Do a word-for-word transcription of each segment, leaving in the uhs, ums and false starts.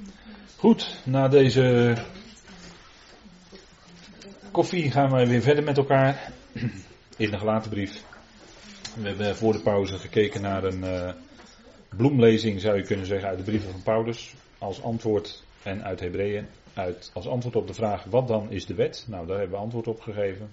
Goed, na deze koffie gaan wij weer verder met elkaar in de Galatenbrief. We hebben voor de pauze gekeken naar een uh, bloemlezing, zou je kunnen zeggen, uit de brieven van Paulus als antwoord en uit Hebreeën. Uit, als antwoord op de vraag, wat dan is de wet? Nou, daar hebben we antwoord op gegeven.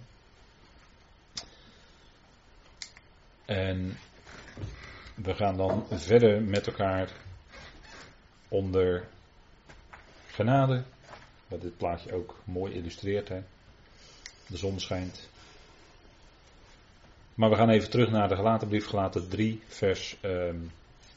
En we gaan dan verder met elkaar onder genade, wat dit plaatje ook mooi illustreert. Hè? De zon schijnt. Maar we gaan even terug naar de Galatenbrief, Galaten drie, vers um,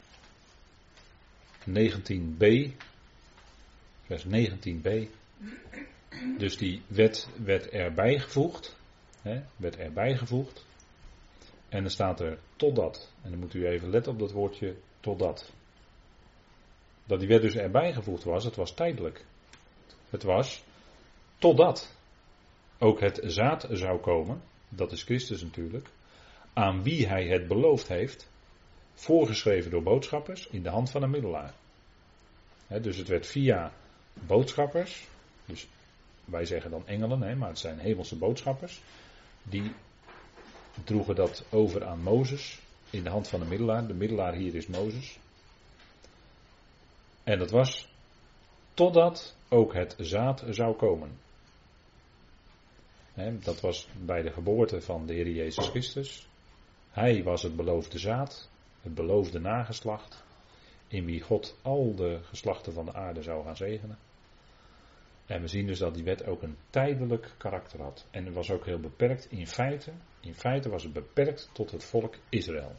negentien b. Vers negentien b. Dus die wet werd erbij gevoegd. Hè, werd erbij gevoegd. En dan staat er totdat. En dan moet u even letten op dat woordje totdat. Dat die wet dus erbij gevoegd was, het was tijdelijk. Het was totdat ook het zaad zou komen. Dat is Christus natuurlijk. Aan wie hij het beloofd heeft. Voorgeschreven door boodschappers in de hand van een middelaar. He, dus het werd via boodschappers. Dus wij zeggen dan engelen, hè, maar het zijn hemelse boodschappers. Die droegen dat over aan Mozes in de hand van een middelaar. De middelaar hier is Mozes. En dat was totdat ook het zaad zou komen. He, dat was bij de geboorte van de Heer Jezus Christus. Hij was het beloofde zaad, het beloofde nageslacht, in wie God al de geslachten van de aarde zou gaan zegenen. En we zien dus dat die wet ook een tijdelijk karakter had. En het was ook heel beperkt in feite. In feite was het beperkt tot het volk Israël.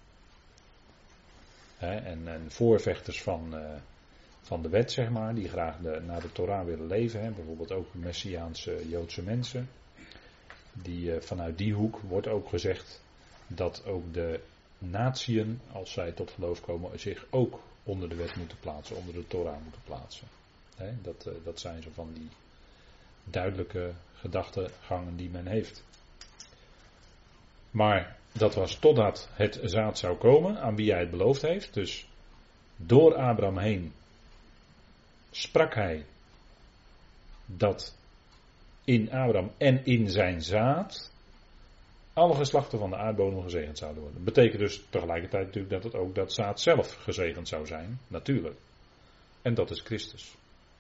He, en, en voorvechters van, uh, van de wet, zeg maar, die graag de, naar de Torah willen leven. He, bijvoorbeeld ook Messiaanse Joodse mensen. Die, uh, vanuit die hoek wordt ook gezegd dat ook de natieën, als zij tot geloof komen, zich ook onder de wet moeten plaatsen, onder de Torah moeten plaatsen. He, dat, uh, dat zijn zo van die duidelijke gedachtegangen die men heeft. Maar dat was totdat het zaad zou komen, aan wie hij het beloofd heeft. Dus door Abraham heen sprak hij dat in Abraham en in zijn zaad alle geslachten van de aardbodem gezegend zouden worden. Dat betekent dus tegelijkertijd natuurlijk dat het ook dat zaad zelf gezegend zou zijn, natuurlijk. En dat is Christus.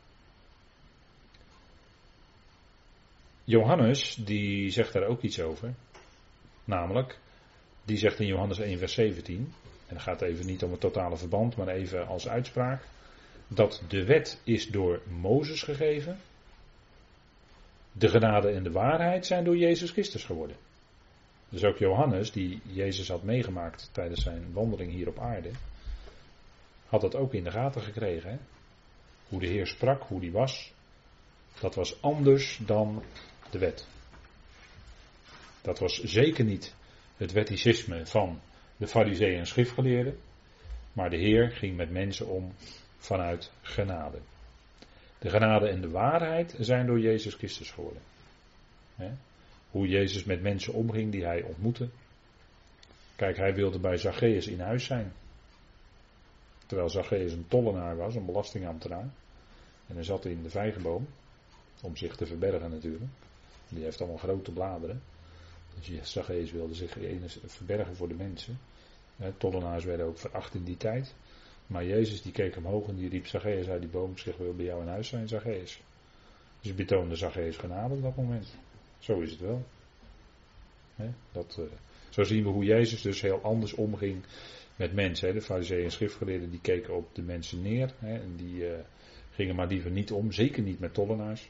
Johannes, die zegt daar ook iets over. Namelijk, die zegt in Johannes één vers zeventien, en dan gaat het even niet om het totale verband, maar even als uitspraak, dat de wet is door Mozes gegeven, de genade en de waarheid zijn door Jezus Christus geworden. Dus ook Johannes, die Jezus had meegemaakt tijdens zijn wandeling hier op aarde, had dat ook in de gaten gekregen. Hè? Hoe de Heer sprak, hoe die was, dat was anders dan de wet. Dat was zeker niet het wetticisme van de farizeeën en schriftgeleerden, maar de Heer ging met mensen om vanuit genade. De genade en de waarheid zijn door Jezus Christus geworden. He? Hoe Jezus met mensen omging die hij ontmoette. Kijk, hij wilde bij Zacchaeus in huis zijn. Terwijl Zacchaeus een tollenaar was, een belastingambtenaar. En hij zat in de vijgenboom, om zich te verbergen natuurlijk. Die heeft allemaal grote bladeren. Dus Zacchaeus wilde zich verbergen voor de mensen. Tollenaars werden ook veracht in die tijd. Maar Jezus die keek omhoog en die riep Zacchaeus uit die boom. Ik zeg, wil bij jou in huis zijn, Zacchaeus. Dus betoonde Zacchaeus genade op dat moment. Zo is het wel. He, dat, uh, zo zien we hoe Jezus dus heel anders omging met mensen. He. De farizeeën en schriftgeleerden die keken op de mensen neer. He, en die uh, gingen maar liever niet om. Zeker niet met tollenaars.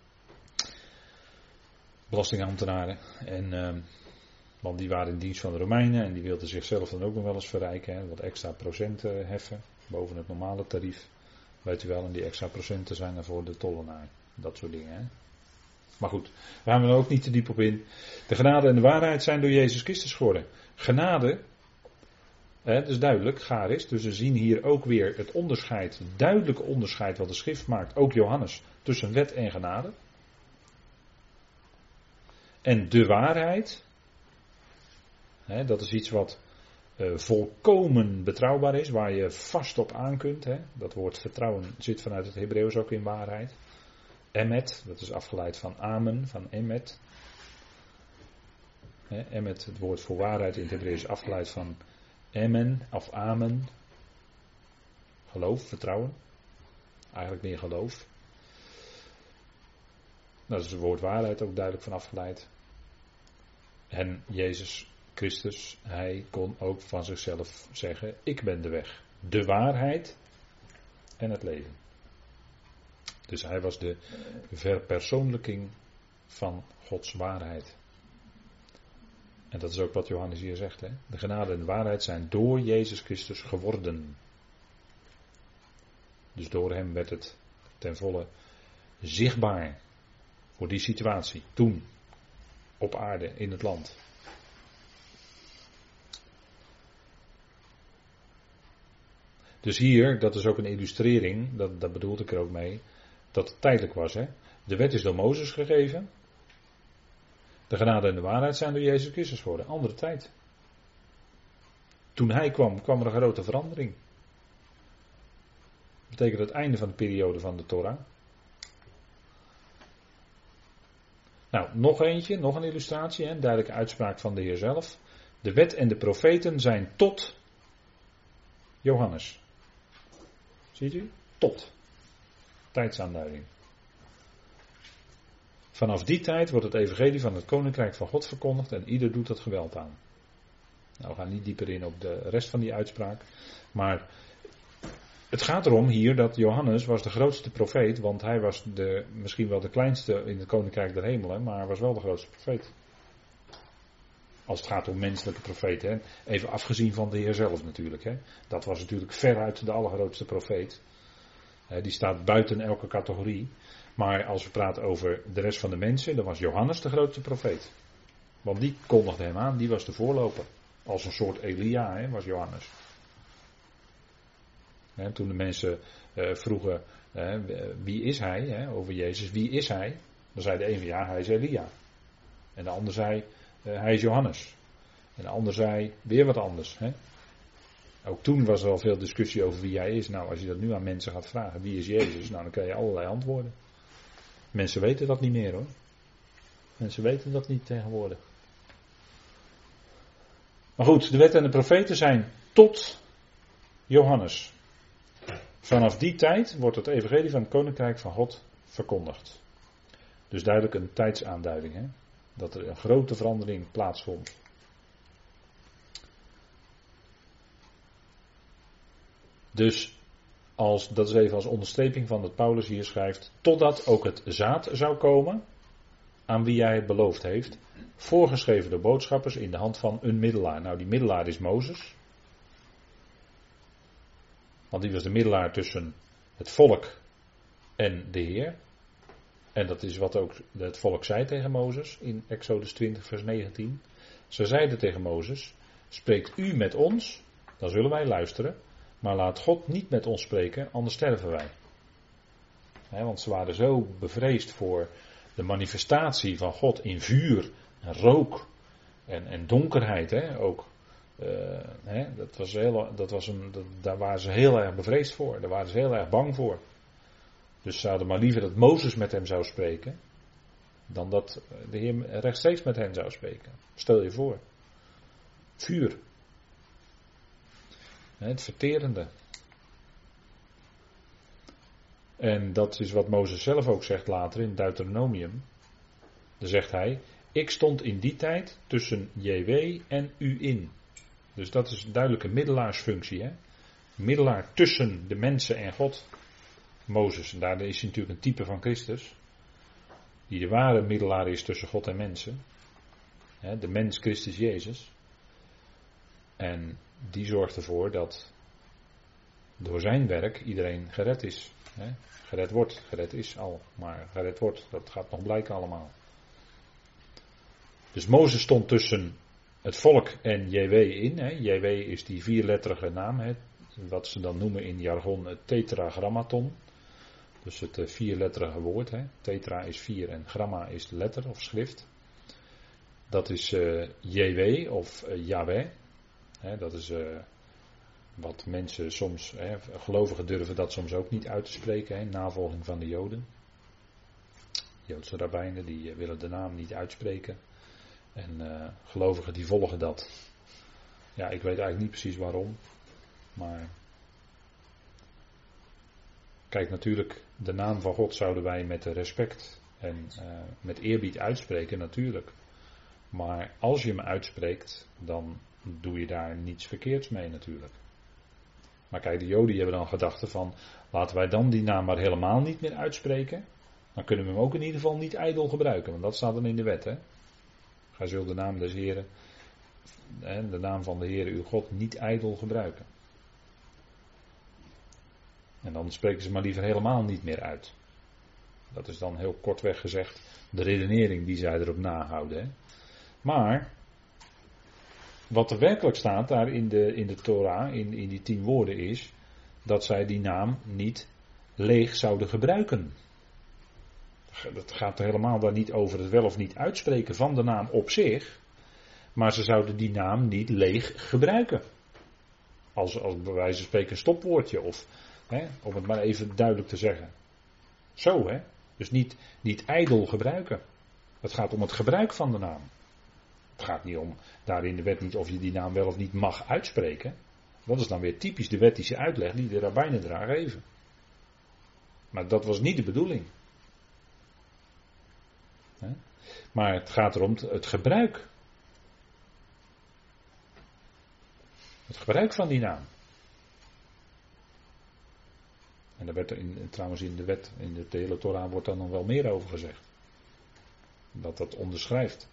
Belastingambtenaren. En, uh, want die waren in dienst van de Romeinen. En die wilden zichzelf dan ook nog wel eens verrijken. He, wat extra procenten heffen. Boven het normale tarief. Weet u wel. En die extra procenten zijn er voor de tollenaar. Dat soort dingen. He. Maar goed, daar gaan we er ook niet te diep op in. De genade en de waarheid zijn door Jezus Christus geworden. Genade, hè, dat is duidelijk, charis. Dus we zien hier ook weer het onderscheid, het duidelijke onderscheid wat de schrift maakt, ook Johannes, tussen wet en genade. En de waarheid, hè, dat is iets wat uh, volkomen betrouwbaar is, waar je vast op aan kunt. Hè. Dat woord vertrouwen zit vanuit het Hebreeuws ook in waarheid. Emet, dat is afgeleid van amen, van emet. Hè, emet, het woord voor waarheid in het Hebreeuws is afgeleid van emen of amen. Geloof, vertrouwen. Eigenlijk meer geloof. Dat is het woord waarheid ook duidelijk van afgeleid. En Jezus Christus, hij kon ook van zichzelf zeggen, ik ben de weg, de waarheid en het leven. Dus hij was de verpersoonlijking van Gods waarheid. En dat is ook wat Johannes hier zegt. Hè? De genade en de waarheid zijn door Jezus Christus geworden. Dus door hem werd het ten volle zichtbaar voor die situatie, toen, op aarde, in het land. Dus hier, dat is ook een illustrering, dat, dat bedoelde ik er ook mee, dat het tijdelijk was. Hè? De wet is door Mozes gegeven. De genade en de waarheid zijn door Jezus Christus geworden. Andere tijd. Toen hij kwam, kwam er een grote verandering. Dat betekent het einde van de periode van de Torah. Nou, nog eentje, nog een illustratie, hè, een duidelijke uitspraak van de Heer zelf. De wet en de profeten zijn tot Johannes. Ziet u? Tot. Tijdsaanduiding. Vanaf die tijd wordt het evangelie van het koninkrijk van God verkondigd en ieder doet dat geweld aan. Nou, we gaan niet dieper in op de rest van die uitspraak. Maar het gaat erom hier dat Johannes was de grootste profeet, want hij was de, misschien wel de kleinste in het koninkrijk der hemelen, maar hij was wel de grootste profeet. Als het gaat om menselijke profeten. Hè. Even afgezien van de Heer zelf natuurlijk. Hè. Dat was natuurlijk veruit de allergrootste profeet. Hè, die staat buiten elke categorie. Maar als we praten over de rest van de mensen, dan was Johannes de grootste profeet. Want die kondigde hem aan, die was de voorloper. Als een soort Elia, hè, was Johannes. Hè, toen de mensen uh, vroegen, uh, wie is hij, hè, over Jezus, wie is hij? Dan zei de een van ja, hij is Elia. En de ander zei, uh, hij is Johannes. En de ander zei, weer wat anders. Hè. Ook toen was er al veel discussie over wie hij is. Nou, als je dat nu aan mensen gaat vragen, wie is Jezus? Nou, dan krijg je allerlei antwoorden. Mensen weten dat niet meer hoor. Mensen weten dat niet tegenwoordig. Maar goed, de wet en de profeten zijn tot Johannes. Vanaf die tijd wordt het evangelie van het koninkrijk van God verkondigd. Dus duidelijk een tijdsaanduiding. Hè? Dat er een grote verandering plaatsvond. Dus als, dat is even als onderstreping van dat Paulus hier schrijft, totdat ook het zaad zou komen, aan wie hij het beloofd heeft, voorgeschreven door boodschappers in de hand van een middelaar. Nou, die middelaar is Mozes. Want die was de middelaar tussen het volk en de Heer. En dat is wat ook het volk zei tegen Mozes in Exodus twintig vers negentien. Ze zeiden tegen Mozes, spreekt u met ons, dan zullen wij luisteren. Maar laat God niet met ons spreken, anders sterven wij. He, want ze waren zo bevreesd voor de manifestatie van God in vuur en rook en, en donkerheid. He, ook. Uh, he, dat was heel, dat was een, dat, daar waren ze heel erg bevreesd voor. Daar waren ze heel erg bang voor. Dus ze hadden maar liever dat Mozes met hem zou spreken, dan dat de Heer rechtstreeks met hen zou spreken. Stel je voor. Vuur. Het verterende. En dat is wat Mozes zelf ook zegt later in Deuteronomium. Dan zegt hij, ik stond in die tijd tussen J W en u in. Dus dat is duidelijk een middelaarsfunctie. Hè? Middelaar tussen de mensen en God. Mozes, en daar is hij natuurlijk een type van Christus. Die de ware middelaar is tussen God en mensen. Hè, de mens Christus Jezus. En die zorgt ervoor dat door zijn werk iedereen gered is. Hè? Gered wordt, gered is al, maar gered wordt, dat gaat nog blijken allemaal. Dus Mozes stond tussen het volk en J W in. Hè? J W is die vierletterige naam, hè? Wat ze dan noemen in jargon het tetragrammaton. Dus het vierletterige woord. Hè? Tetra is vier en gramma is de letter of schrift. Dat is uh, J W of uh, Yahweh. Hè, dat is uh, wat mensen soms, hè, gelovigen durven dat soms ook niet uit te spreken, hè, navolging van de Joden. Joodse rabbijnen die uh, willen de naam niet uitspreken. En uh, gelovigen die volgen dat. Ja, ik weet eigenlijk niet precies waarom. Maar kijk, natuurlijk, de naam van God zouden wij met respect en uh, met eerbied uitspreken, natuurlijk. Maar als je hem uitspreekt, dan doe je daar niets verkeerds mee natuurlijk. Maar kijk, de Joden hebben dan gedachten van, laten wij dan die naam maar helemaal niet meer uitspreken. Dan kunnen we hem ook in ieder geval niet ijdel gebruiken, want dat staat dan in de wet, hè. Gij zult de naam des Heren, de naam van de Heere uw God, niet ijdel gebruiken. En dan spreken ze maar liever helemaal niet meer uit. Dat is dan heel kortweg gezegd de redenering die zij erop nahouden. Hè. Maar wat er werkelijk staat daar in de, in de Torah, in, in die tien woorden is, dat zij die naam niet leeg zouden gebruiken. Dat gaat er helemaal daar niet over het wel of niet uitspreken van de naam op zich. Maar ze zouden die naam niet leeg gebruiken. Als, als bij wijze van spreken een stopwoordje of, hè, om het maar even duidelijk te zeggen. Zo hè. Dus niet, niet ijdel gebruiken. Het gaat om het gebruik van de naam. Het gaat niet om, daar in de wet niet of je die naam wel of niet mag uitspreken. Dat is dan weer typisch de wettische uitleg die de rabbijnen eraan geven. Maar dat was niet de bedoeling. Hè? Maar het gaat erom het gebruik. Het gebruik van die naam. En daar werd er in, trouwens in de wet, in de hele Torah wordt daar nog wel meer over gezegd. Dat dat onderschrijft.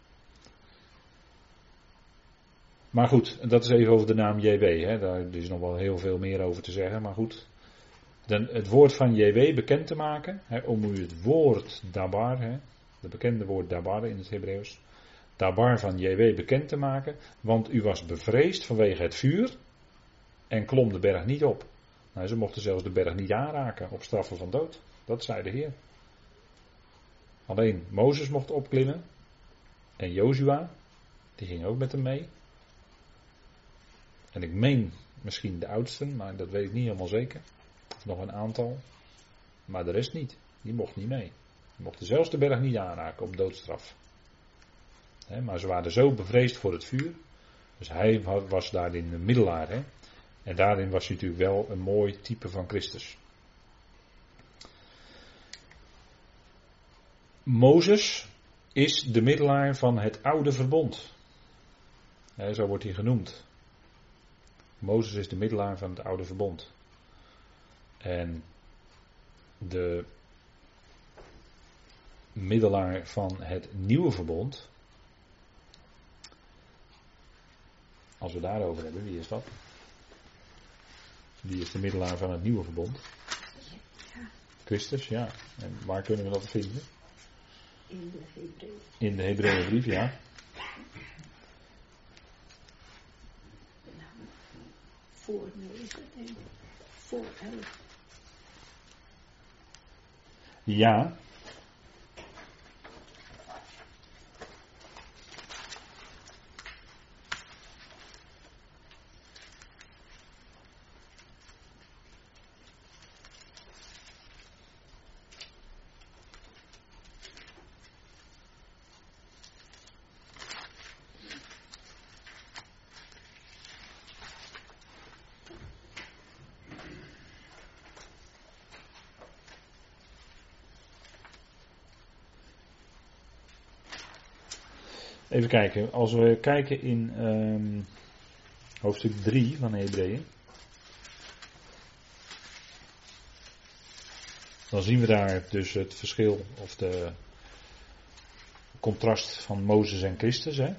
Maar goed, dat is even over de naam J W. Hè. Daar is nog wel heel veel meer over te zeggen. Maar goed, dan het woord van J W bekend te maken. Hè, om u het woord dabar, hè, de bekende woord dabar in het Hebreeuws. Dabar van J W bekend te maken. Want u was bevreesd vanwege het vuur. En klom de berg niet op. Nou, ze mochten zelfs de berg niet aanraken op straffen van dood. Dat zei de Heer. Alleen Mozes mocht opklimmen. En Jozua, die ging ook met hem mee. En ik meen misschien de oudsten, maar dat weet ik niet helemaal zeker. Of nog een aantal. Maar de rest niet. Die mocht niet mee. Die mochten zelfs de berg niet aanraken op doodstraf. He, maar ze waren zo bevreesd voor het vuur. Dus hij was daarin de middelaar. He. En daarin was hij natuurlijk wel een mooi type van Christus. Mozes is de middelaar van het oude verbond. He, zo wordt hij genoemd. Mozes is de middelaar van het oude verbond. En de middelaar van het nieuwe verbond. Als we daarover hebben, wie is dat? Wie is de middelaar van het nieuwe verbond? Ja. Christus, ja. En waar kunnen we dat vinden? In de Hebreeën. In de Hebreeënbrief, ja. Nou, voor negen, denk ik. Voor elf. Ja. Even kijken, als we kijken in um, hoofdstuk drie van Hebreeën, dan zien we daar dus het verschil of de contrast van Mozes en Christus. Hè?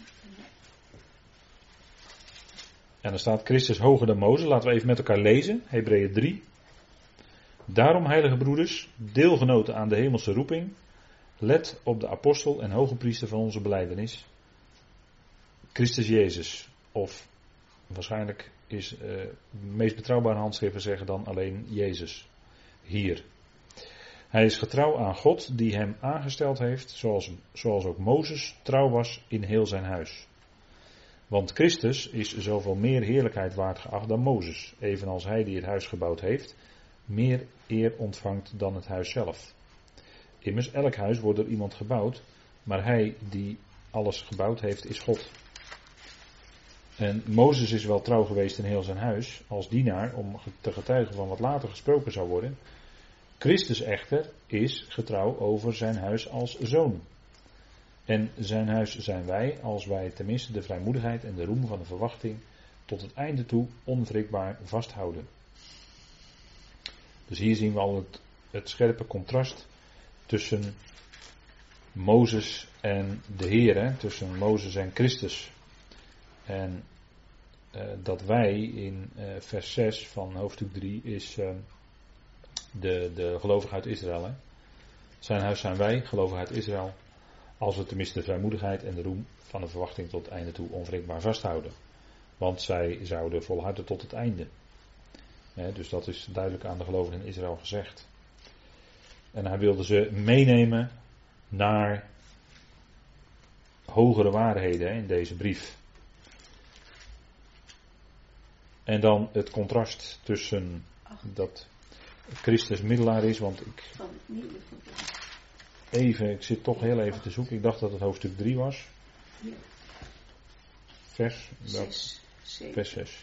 En dan staat Christus hoger dan Mozes. Laten we even met elkaar lezen, Hebreeën drie. Daarom, heilige broeders, deelgenoten aan de hemelse roeping, let op de apostel en hoge priester van onze belijdenis, Christus Jezus. Of waarschijnlijk is uh, de meest betrouwbare handschriften zeggen dan alleen Jezus. Hier. Hij is getrouw aan God die hem aangesteld heeft, zoals, zoals ook Mozes trouw was in heel zijn huis. Want Christus is zoveel meer heerlijkheid waard geacht dan Mozes. Evenals hij die het huis gebouwd heeft, meer eer ontvangt dan het huis zelf. Immers, elk huis wordt door iemand gebouwd, maar hij die alles gebouwd heeft is God. En Mozes is wel trouw geweest in heel zijn huis, als dienaar, om te getuigen van wat later gesproken zou worden. Christus echter is getrouw over zijn huis als zoon. En zijn huis zijn wij, als wij tenminste de vrijmoedigheid en de roem van de verwachting tot het einde toe onwrikbaar vasthouden. Dus hier zien we al het, het scherpe contrast tussen Mozes en de Heer, hè, tussen Mozes en Christus. En uh, dat wij in uh, vers zes van hoofdstuk drie is uh, de, de gelovigen uit Israël. Hè. Zijn huis zijn wij, gelovigen uit Israël, als we tenminste de vrijmoedigheid en de roem van de verwachting tot het einde toe onwrikbaar vasthouden. Want zij zouden volharden tot het einde. Hè, dus dat is duidelijk aan de gelovigen in Israël gezegd. En hij wilde ze meenemen naar hogere waarheden hè, in deze brief. En dan het contrast tussen dat Christus middelaar is, want ik even, ik zit toch heel even te zoeken, ik dacht dat het hoofdstuk drie was. Vers, zes, vers zes.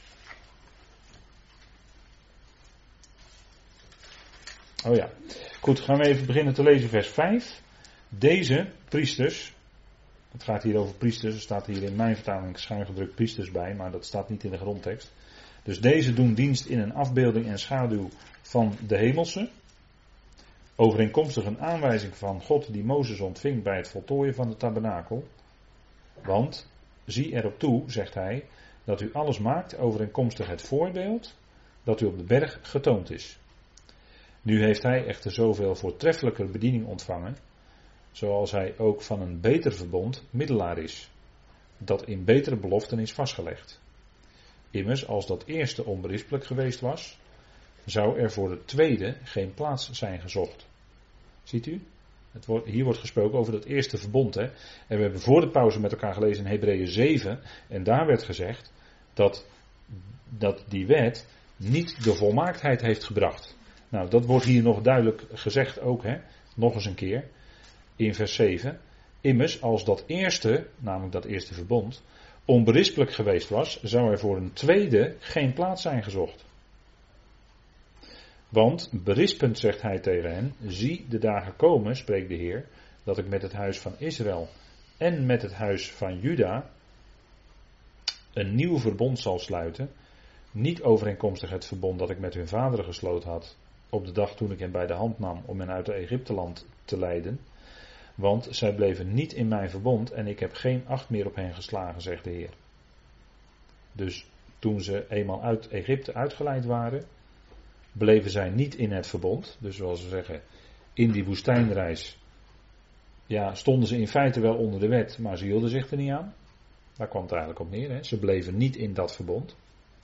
Oh ja, goed, gaan we even beginnen te lezen vers vijf. Deze priesters, het gaat hier over priesters, er staat hier in mijn vertaling schuin gedrukt priesters bij, maar dat staat niet in de grondtekst. Dus deze doen dienst in een afbeelding en schaduw van de hemelse, overeenkomstig een aanwijzing van God die Mozes ontving bij het voltooien van de tabernakel. Want, zie erop toe, zegt hij, dat u alles maakt overeenkomstig het voorbeeld dat u op de berg getoond is. Nu heeft hij echter zoveel voortreffelijker bediening ontvangen, zoals hij ook van een beter verbond middelaar is, dat in betere beloften is vastgelegd. Immers, als dat eerste onberispelijk geweest was, zou er voor het tweede geen plaats zijn gezocht. Ziet u? Het wordt, hier wordt gesproken over dat eerste verbond. Hè? En we hebben voor de pauze met elkaar gelezen in Hebreeën zeven. En daar werd gezegd dat, dat die wet niet de volmaaktheid heeft gebracht. Nou, dat wordt hier nog duidelijk gezegd ook. Hè? Nog eens een keer. In vers zeven. Immers, als dat eerste, namelijk dat eerste verbond, onberispelijk geweest was, zou er voor een tweede geen plaats zijn gezocht. Want, berispend zegt hij tegen hen, zie de dagen komen, spreekt de Heer, dat ik met het huis van Israël en met het huis van Juda een nieuw verbond zal sluiten, niet overeenkomstig het verbond dat ik met hun vaderen gesloten had, op de dag toen ik hen bij de hand nam om hen uit het Egypteland te leiden. Want zij bleven niet in mijn verbond en ik heb geen acht meer op hen geslagen, zegt de Heer. Dus toen ze eenmaal uit Egypte uitgeleid waren, bleven zij niet in het verbond. Dus zoals we zeggen, in die woestijnreis, ja, stonden ze in feite wel onder de wet, maar ze hielden zich er niet aan. Daar kwam het eigenlijk op neer. Hè? Ze bleven niet in dat verbond.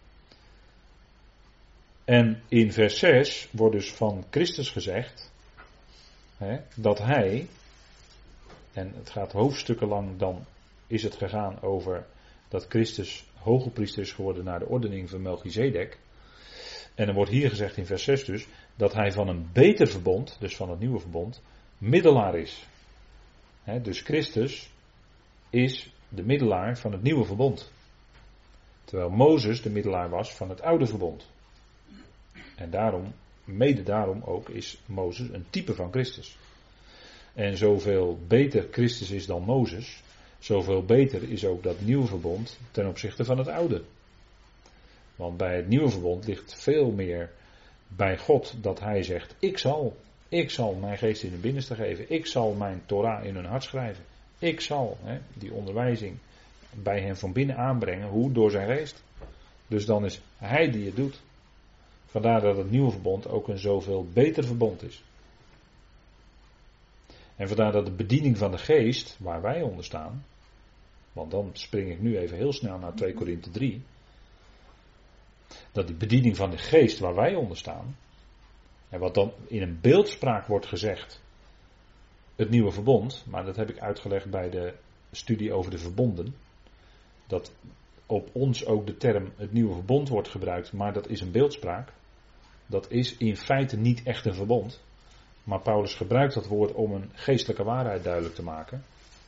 En in vers zes wordt dus van Christus gezegd, hè, dat hij, en het gaat hoofdstukken lang, dan is het gegaan over dat Christus hoge priester is geworden naar de ordening van Melchizedek. En er wordt hier gezegd in vers zes dus, dat hij van een beter verbond, dus van het nieuwe verbond, middelaar is. He, dus Christus is de middelaar van het nieuwe verbond. Terwijl Mozes de middelaar was van het oude verbond. En daarom, mede daarom ook, is Mozes een type van Christus. En zoveel beter Christus is dan Mozes, zoveel beter is ook dat nieuwe verbond ten opzichte van het oude. Want bij het nieuwe verbond ligt veel meer bij God dat hij zegt, ik zal, ik zal mijn geest in hun binnenste geven. Ik zal mijn Torah in hun hart schrijven. Ik zal hè, die onderwijzing bij hen van binnen aanbrengen. Hoe? Door zijn geest. Dus dan is hij die het doet. Vandaar dat het nieuwe verbond ook een zoveel beter verbond is. En vandaar dat de bediening van de geest, waar wij onder staan, want dan spring ik nu even heel snel naar twee Korinthe drie. Dat die bediening van de geest waar wij onder staan, en wat dan in een beeldspraak wordt gezegd, het nieuwe verbond, maar dat heb ik uitgelegd bij de studie over de verbonden, dat op ons ook de term het nieuwe verbond wordt gebruikt, maar dat is een beeldspraak. Dat is in feite niet echt een verbond. Maar Paulus gebruikt dat woord om een geestelijke waarheid duidelijk te maken.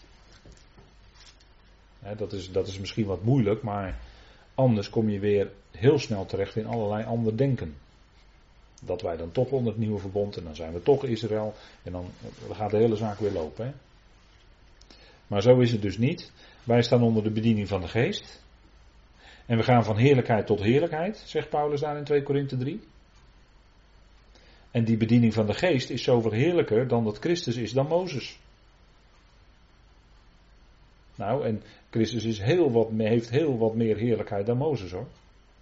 He, dat is, dat is misschien wat moeilijk, maar anders kom je weer heel snel terecht in allerlei ander denken. Dat wij dan toch onder het nieuwe verbond en dan zijn we toch Israël en dan, dan gaat de hele zaak weer lopen. Hè? Maar zo is het dus niet. Wij staan onder de bediening van de geest. En we gaan van heerlijkheid tot heerlijkheid, zegt Paulus daar in twee Korinthe drie. En die bediening van de geest is zoveel heerlijker dan dat Christus is dan Mozes. Nou, en Christus is heel wat, heeft heel wat meer heerlijkheid dan Mozes hoor.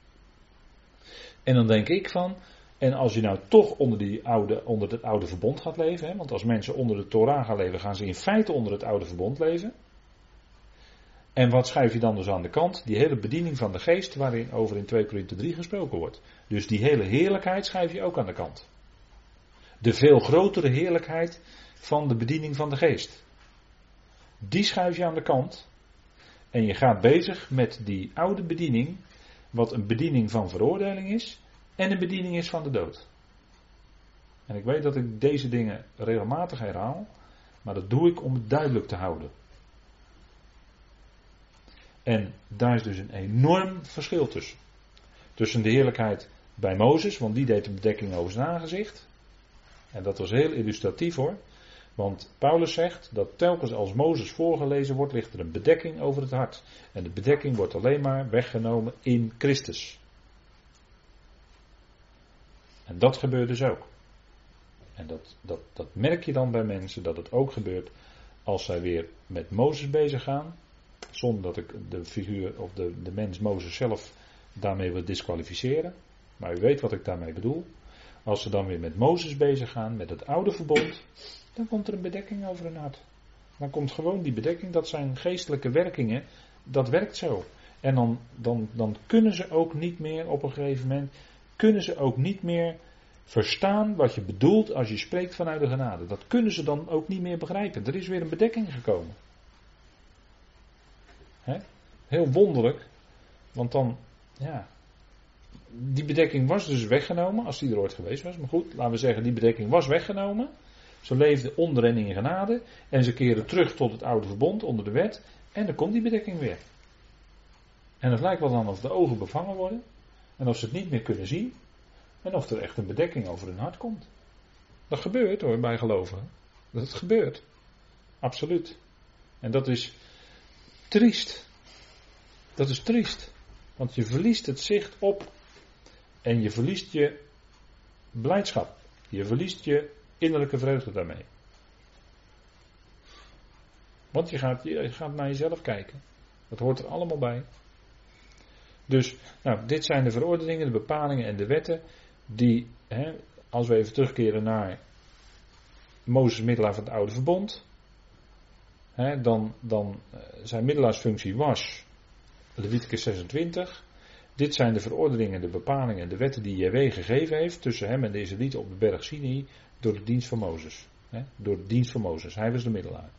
En dan denk ik van, en als je nou toch onder, die oude, onder het oude verbond gaat leven, hè, want als mensen onder de Torah gaan leven, gaan ze in feite onder het oude verbond leven. En wat schuif je dan dus aan de kant? Die hele bediening van de geest waarin over in twee Korinthe drie gesproken wordt. Dus die hele heerlijkheid schuif je ook aan de kant. De veel grotere heerlijkheid van de bediening van de geest. Die schuif je aan de kant. En je gaat bezig met die oude bediening, wat een bediening van veroordeling is en een bediening is van de dood. En ik weet dat ik deze dingen regelmatig herhaal, maar dat doe ik om het duidelijk te houden. En daar is dus een enorm verschil tussen. Tussen de heerlijkheid bij Mozes, want die deed de bedekking over zijn aangezicht. En dat was heel illustratief hoor. Want Paulus zegt dat telkens als Mozes voorgelezen wordt, ligt er een bedekking over het hart. En de bedekking wordt alleen maar weggenomen in Christus. En dat gebeurt dus ook. En dat, dat, dat merk je dan bij mensen, dat het ook gebeurt als zij weer met Mozes bezig gaan. Zonder dat ik de figuur of de, de mens Mozes zelf daarmee wil disqualificeren. Maar u weet wat ik daarmee bedoel. Als ze dan weer met Mozes bezig gaan, met het oude verbond, dan komt er een bedekking over hun hart. Dan komt gewoon die bedekking, dat zijn geestelijke werkingen, dat werkt zo. En dan, dan, dan kunnen ze ook niet meer op een gegeven moment, kunnen ze ook niet meer verstaan wat je bedoelt als je spreekt vanuit de genade. Dat kunnen ze dan ook niet meer begrijpen. Er is weer een bedekking gekomen. He? Heel wonderlijk, want dan, ja, die bedekking was dus weggenomen, als die er ooit geweest was. Maar goed, laten we zeggen, die bedekking was weggenomen. Ze leefden onder en in genade. En ze keren terug tot het oude verbond, onder de wet. En dan komt die bedekking weer. En het lijkt wel dan of de ogen bevangen worden. En of ze het niet meer kunnen zien. En of er echt een bedekking over hun hart komt. Dat gebeurt hoor, bij gelovigen. Dat gebeurt. Absoluut. En dat is triest. Dat is triest. Want je verliest het zicht op. En je verliest je blijdschap. Je verliest je innerlijke vreugde daarmee. Want je gaat, je gaat naar jezelf kijken. Dat hoort er allemaal bij. Dus, nou, dit zijn de verordeningen, de bepalingen en de wetten. Die, hè, als we even terugkeren naar Mozes middelaar van het oude verbond. Hè, dan, dan zijn middelaarsfunctie was Leviticus zesentwintig. Dit zijn de verordeningen, de bepalingen en de wetten die Jahweh gegeven heeft tussen hem en de Israëlieten op de berg Sinai door de dienst van Mozes. Hè, door de dienst van Mozes. Hij was de middelaar.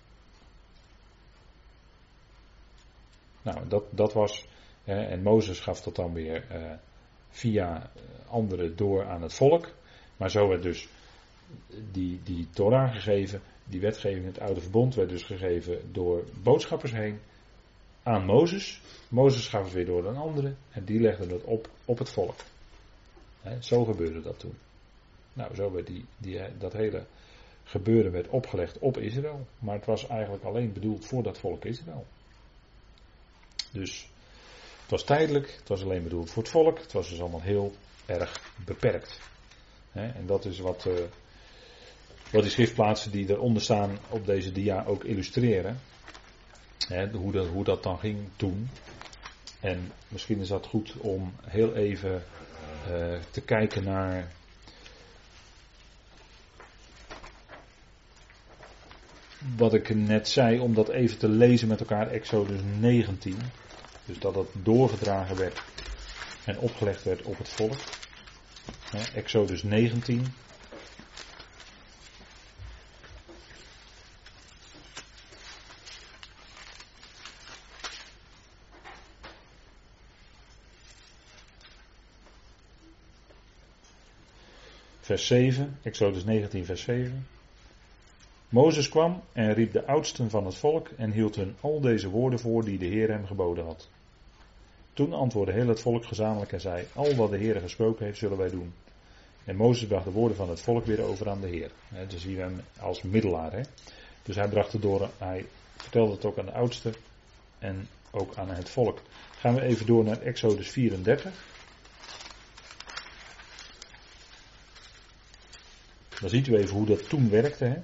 Nou, dat, dat was, hè, en Mozes gaf dat dan weer uh, via anderen door aan het volk. Maar zo werd dus die, die Torah gegeven, die wetgeving, het oude verbond werd dus gegeven door boodschappers heen aan Mozes. Mozes gaf het weer door aan anderen en die legden het op op het volk. He, zo gebeurde dat toen. Nou, zo werd die, die, dat hele gebeuren werd opgelegd op Israël. Maar het was eigenlijk alleen bedoeld voor dat volk Israël. Dus het was tijdelijk, het was alleen bedoeld voor het volk. Het was dus allemaal heel erg beperkt. He, en dat is wat, uh, wat die schriftplaatsen die eronder staan op deze dia ook illustreren. He, hoe, dat, hoe dat dan ging toen. En misschien is dat goed om heel even uh, te kijken naar wat ik net zei, om dat even te lezen met elkaar, Exodus negentien. Dus dat dat doorgedragen werd en opgelegd werd op het volk. He, Exodus negentien. vers zeven, Exodus negentien vers zeven. Mozes kwam en riep de oudsten van het volk en hield hun al deze woorden voor die de Heer hem geboden had. Toen antwoordde heel het volk gezamenlijk en zei, al wat de Heer gesproken heeft zullen wij doen. En Mozes bracht de woorden van het volk weer over aan de Heer. He, dus zien we hem als middelaar. He. Dus hij bracht het door, hij vertelde het ook aan de oudsten en ook aan het volk. Gaan we even door naar Exodus vierendertig. Dan ziet u even hoe dat toen werkte. Hè?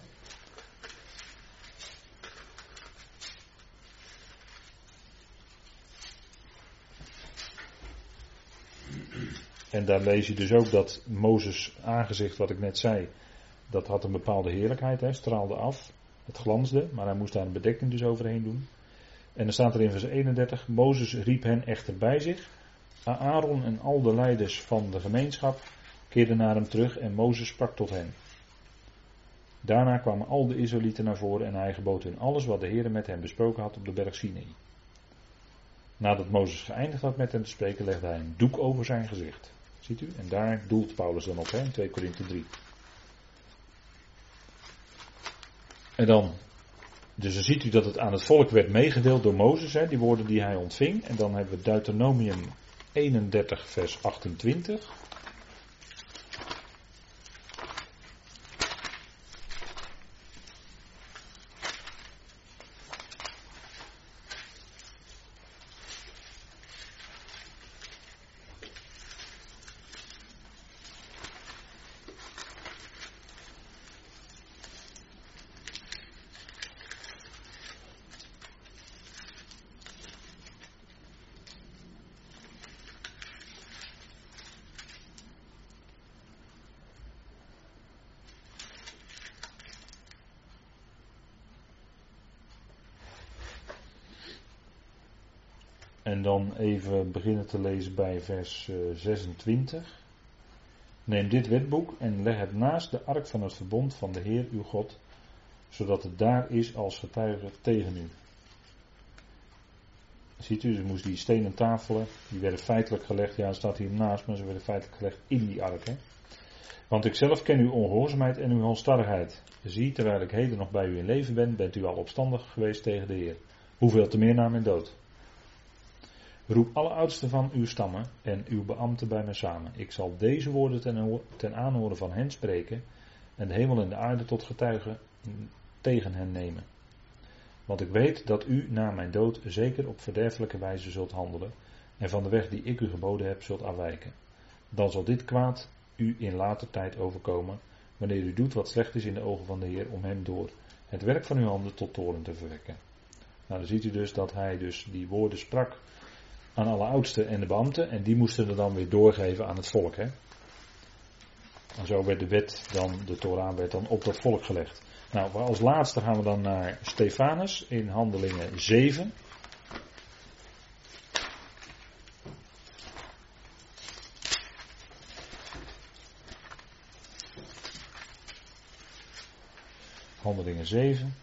En daar lees je dus ook dat Mozes aangezicht, wat ik net zei, dat had een bepaalde heerlijkheid, hè, straalde af. Het glansde, maar hij moest daar een bedekking dus overheen doen. En dan staat er in vers eenendertig, Mozes riep hen echter bij zich. Aaron en al de leiders van de gemeenschap keerden naar hem terug en Mozes sprak tot hen. Daarna kwamen al de Israëlieten naar voren en hij gebood hun alles wat de Heer met hen besproken had op de berg Sinai. Nadat Mozes geëindigd had met hen te spreken, legde hij een doek over zijn gezicht. Ziet u? En daar doelt Paulus dan op, hè, in twee Korinthe drie. En dan, dus dan ziet u dat het aan het volk werd meegedeeld door Mozes, hè, die woorden die hij ontving. En dan hebben we Deuteronomium eenendertig vers achtentwintig. En dan even beginnen te lezen bij vers zesentwintig. Neem dit wetboek en leg het naast de ark van het verbond van de Heer uw God, zodat het daar is als getuige tegen u. Ziet u, ze moest die stenen tafelen, die werden feitelijk gelegd, ja het staat hier naast, maar ze werden feitelijk gelegd in die ark. Hè? Want ik zelf ken uw ongehoorzaamheid en uw halsstarrigheid. Zie, terwijl ik heden nog bij u in leven ben, bent u al opstandig geweest tegen de Heer. Hoeveel te meer na mijn dood. Roep alle oudsten van uw stammen en uw beambten bij mij samen. Ik zal deze woorden ten, ten aanhoren van hen spreken en de hemel en de aarde tot getuigen tegen hen nemen. Want ik weet dat u na mijn dood zeker op verderfelijke wijze zult handelen en van de weg die ik u geboden heb zult afwijken. Dan zal dit kwaad u in later tijd overkomen, wanneer u doet wat slecht is in de ogen van de Heer, om hem door het werk van uw handen tot toorn te verwekken. Nou, dan ziet u dus dat hij dus die woorden sprak aan alle oudsten en de beambten en die moesten er dan weer doorgeven aan het volk. Hè? En zo werd de wet dan, de Torah werd dan op dat volk gelegd. Nou, als laatste gaan we dan naar Stefanus in Handelingen zeven. Handelingen zeven.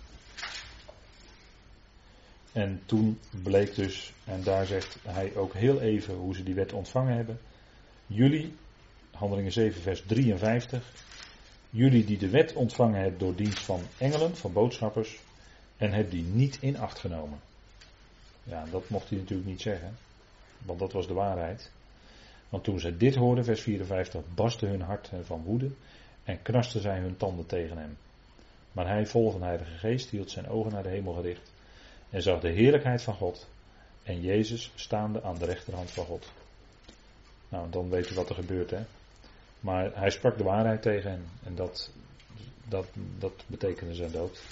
En toen bleek dus, en daar zegt hij ook heel even hoe ze die wet ontvangen hebben. Jullie, Handelingen zeven vers drieënvijftig. Jullie die de wet ontvangen hebben door dienst van engelen, van boodschappers, en hebben die niet in acht genomen. Ja, dat mocht hij natuurlijk niet zeggen, want dat was de waarheid. Want toen zij dit hoorden, vers vierenvijftig, barstte hun hart van woede en knasten zij hun tanden tegen hem. Maar hij, vol van de Heilige Geest, hield zijn ogen naar de hemel gericht en zag de heerlijkheid van God en Jezus staande aan de rechterhand van God. Nou, dan weet u wat er gebeurt, hè. Maar hij sprak de waarheid tegen hen en dat, dat, dat betekende zijn dood.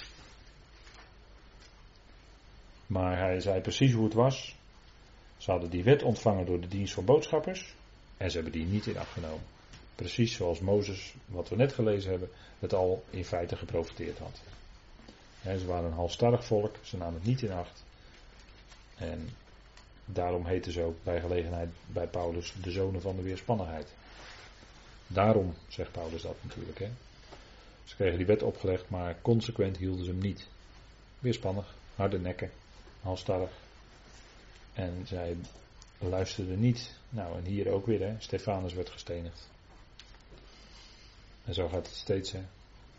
Maar hij zei precies hoe het was. Ze hadden die wet ontvangen door de dienst van boodschappers en ze hebben die niet in acht genomen. Precies zoals Mozes, wat we net gelezen hebben, het al in feite geprofeteerd had. He, ze waren een halsstarrig volk, ze namen het niet in acht. En daarom heten ze ook bij gelegenheid bij Paulus de zonen van de weerspannigheid. Daarom zegt Paulus dat natuurlijk. Hè. Ze kregen die wet opgelegd, maar consequent hielden ze hem niet. Weerspannig, harde nekken, halsstarrig. En zij luisterden niet. Nou, en hier ook weer, hè. Stefanus werd gestenigd. En zo gaat het steeds. Hè.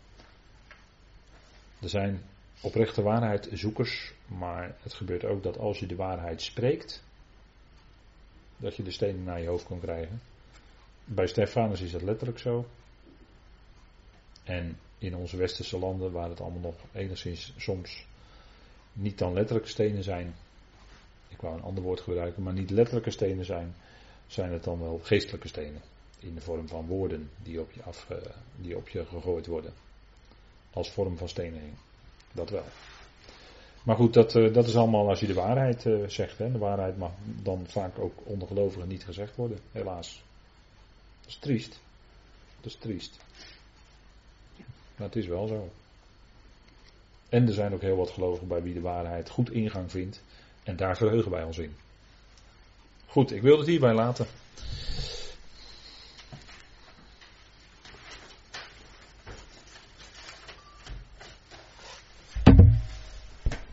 Er zijn oprechte waarheidzoekers, maar het gebeurt ook dat als je de waarheid spreekt, dat je de stenen naar je hoofd kan krijgen. Bij Stefanus is dat letterlijk zo. En in onze westerse landen, waar het allemaal nog enigszins soms niet dan letterlijke stenen zijn, ik wou een ander woord gebruiken, maar niet letterlijke stenen zijn, zijn het dan wel geestelijke stenen. In de vorm van woorden die op je, af, die op je gegooid worden. Als vorm van stening. Dat wel. Maar goed, dat, dat is allemaal als je de waarheid zegt. Hè. De waarheid mag dan vaak ook onder gelovigen niet gezegd worden, helaas. Dat is triest. Dat is triest. Maar het is wel zo. En er zijn ook heel wat gelovigen bij wie de waarheid goed ingang vindt. En daar verheugen wij ons in. Goed, ik wil het hierbij laten.